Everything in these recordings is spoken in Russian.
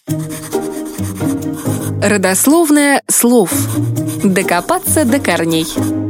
Родословная слов. Докопаться до корней.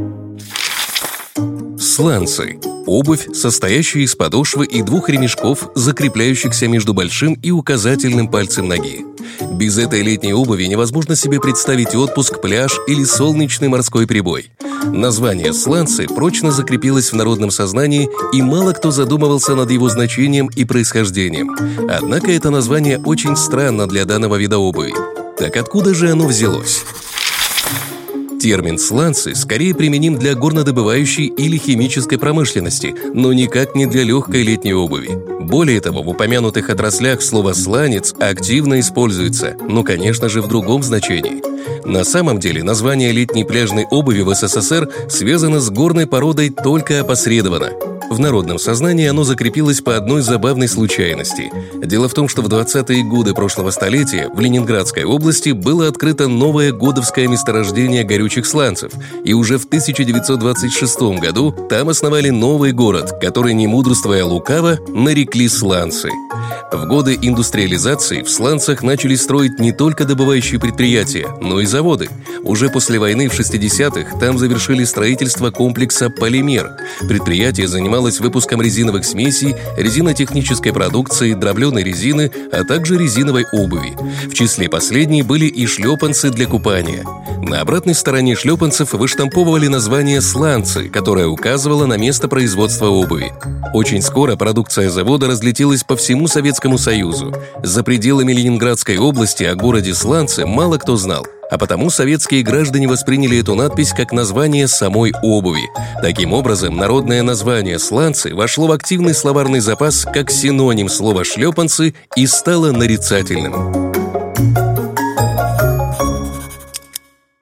Сланцы – обувь, состоящая из подошвы и двух ремешков, закрепляющихся между большим и указательным пальцем ноги. Без этой летней обуви невозможно себе представить отпуск, пляж или солнечный морской прибой. Название «сланцы» прочно закрепилось в народном сознании, и мало кто задумывался над его значением и происхождением. Однако это название очень странно для данного вида обуви. Так откуда же оно взялось? Термин «сланцы» скорее применим для горнодобывающей или химической промышленности, но никак не для легкой летней обуви. Более того, в упомянутых отраслях слово «сланец» активно используется, но, конечно же, в другом значении. На самом деле, название летней пляжной обуви в СССР связано с горной породой только опосредованно. В народном сознании оно закрепилось по одной забавной случайности. Дело в том, что в 20-е годы прошлого столетия в Ленинградской области было открыто новое годовское месторождение горючих сланцев, и уже в 1926 году там основали новый город, который, не мудрствуя лукаво, нарекли Сланцы. В годы индустриализации в Сланцах начали строить не только добывающие предприятия, но и заводы. Уже после войны в 60-х там завершили строительство комплекса «Полимер». Предприятие занималось выпуском резиновых смесей, резинотехнической продукции, дробленой резины, а также резиновой обуви. В числе последней были и шлепанцы для купания. На обратной стороне шлепанцев выштамповывали название «сланцы», которое указывало на место производства обуви. Очень скоро продукция завода разлетелась по всему Советскому Союзу. За пределами Ленинградской области о городе Сланцы мало кто знал, а потому советские граждане восприняли эту надпись как название самой обуви. Таким образом, народное название «сланцы» вошло в активный словарный запас как синоним слова «шлепанцы» и стало нарицательным.